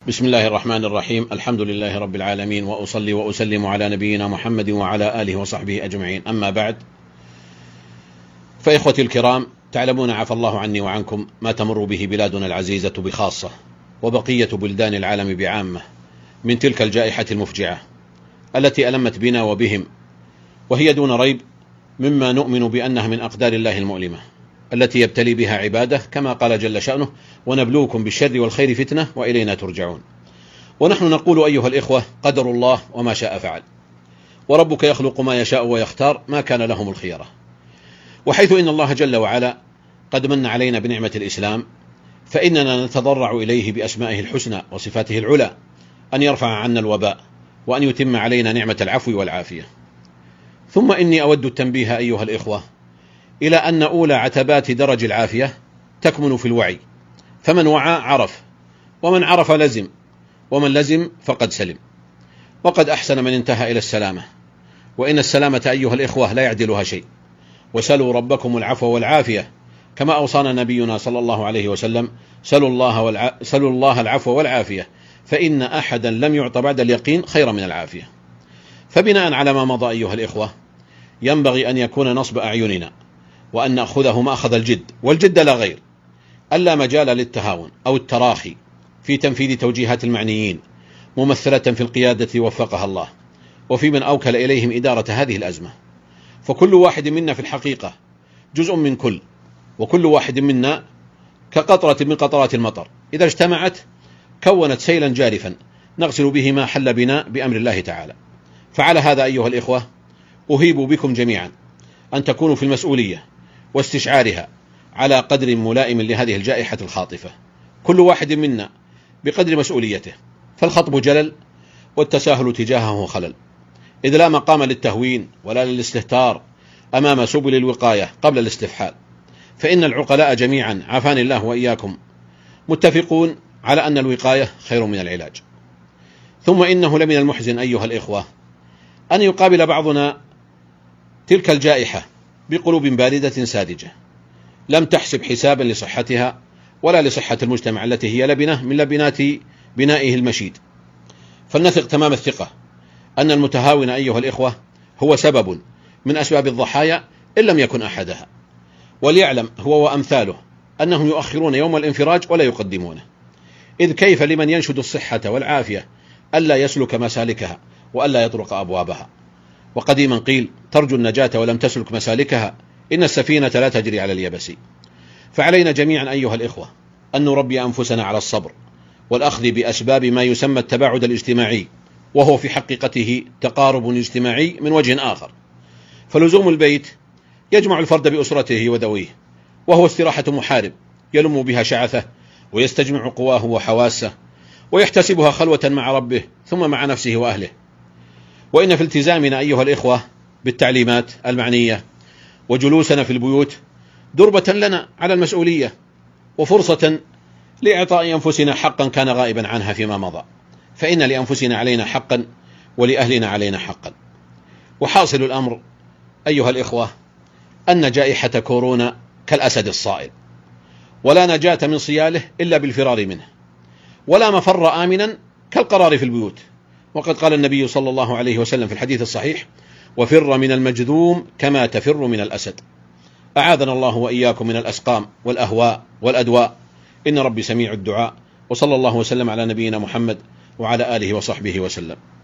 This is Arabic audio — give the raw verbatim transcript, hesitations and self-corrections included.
بسم الله الرحمن الرحيم. الحمد لله رب العالمين، وأصلي وأسلم على نبينا محمد وعلى آله وصحبه أجمعين. أما بعد، فإخوتي الكرام، تعلمون عفى الله عني وعنكم ما تمر به بلادنا العزيزة بخاصة، وبقية بلدان العالم بعامة، من تلك الجائحة المفجعة التي ألمت بنا وبهم، وهي دون ريب مما نؤمن بأنها من أقدار الله المؤلمة التي يبتلي بها عباده، كما قال جل شأنه: ونبلوكم بالشر والخير فتنة وإلينا ترجعون. ونحن نقول أيها الإخوة: قدر الله وما شاء فعل، وربك يخلق ما يشاء ويختار، ما كان لهم الخيرة. وحيث إن الله جل وعلا قد من علينا بنعمة الإسلام، فإننا نتضرع إليه بأسمائه الحسنى وصفاته العلى أن يرفع عنا الوباء، وأن يتم علينا نعمة العفو والعافية. ثم إني أود التنبيه أيها الإخوة إلى أن أولى عتبات درج العافية تكمن في الوعي، فمن وعى عرف، ومن عرف لزم، ومن لزم فقد سلم، وقد أحسن من انتهى إلى السلامة. وإن السلامة أيها الإخوة لا يعدلها شيء، وسلوا ربكم العفو والعافية، كما أوصانا نبينا صلى الله عليه وسلم: سلوا الله, والع... سلوا الله العفو والعافية، فإن أحدا لم يعط بعد اليقين خيرا من العافية. فبناء على ما مضى أيها الإخوة، ينبغي أن يكون نصب أعيننا، وأن نأخذه مأخذ الجد، والجد لا غير، ألا مجال للتهاون أو التراخي في تنفيذ توجيهات المعنيين، ممثلة في القيادة وفقها الله، وفي من أوكل إليهم إدارة هذه الأزمة. فكل واحد منا في الحقيقة جزء من كل، وكل واحد منا كقطرة من قطرات المطر، إذا اجتمعت كونت سيلا جارفا نغسل به ما حل بنا بأمر الله تعالى. فعلى هذا أيها الإخوة أهيب بكم جميعا أن تكونوا في المسؤولية واستشعارها على قدر ملائم لهذه الجائحة الخاطفة، كل واحد منا بقدر مسؤوليته، فالخطب جلل والتساهل تجاهه خلل، إذ لا مقام للتهوين ولا للاستهتار أمام سبل الوقاية قبل الاستفحال. فإن العقلاء جميعا عافاني الله وإياكم متفقون على أن الوقاية خير من العلاج. ثم إنه لمن المحزن أيها الإخوة أن يقابل بعضنا تلك الجائحة بقلوب باردة ساذجة، لم تحسب حسابا لصحتها ولا لصحة المجتمع التي هي لبنة من لبنات بنائه المشيد. فلنثق تمام الثقة أن المتهاون أيها الإخوة هو سبب من أسباب الضحايا إن لم يكن أحدها، وليعلم هو وأمثاله أنهم يؤخرون يوم الانفراج ولا يقدمونه. إذ كيف لمن ينشد الصحة والعافية ألا يسلك مسالكها وألا يطرق أبوابها؟ وقديما قيل: ترجو النجاة ولم تسلك مسالكها، إن السفينة لا تجري على اليبس. فعلينا جميعا أيها الإخوة أن نربي أنفسنا على الصبر والأخذ بأسباب ما يسمى التباعد الاجتماعي، وهو في حقيقته تقارب اجتماعي من وجه آخر. فلزوم البيت يجمع الفرد بأسرته وذويه، وهو استراحة محارب يلم بها شعثه ويستجمع قواه وحواسه، ويحتسبها خلوة مع ربه ثم مع نفسه وأهله. وإن في التزامنا أيها الإخوة بالتعليمات المعنية وجلوسنا في البيوت دربة لنا على المسؤولية، وفرصة لإعطاء أنفسنا حقا كان غائبا عنها فيما مضى. فإن لأنفسنا علينا حقا، ولأهلنا علينا حقا. وحاصل الأمر أيها الإخوة أن جائحة كورونا كالأسد الصائل، ولا نجاة من صياله إلا بالفرار منه، ولا مفر آمنا كالقرار في البيوت. وقد قال النبي صلى الله عليه وسلم في الحديث الصحيح: وفر من المجذوم كما تفر من الأسد. أعاذنا الله وإياكم من الأسقام والأهواء والأدواء، إن ربي سميع الدعاء. وصلى الله وسلم على نبينا محمد وعلى آله وصحبه وسلم.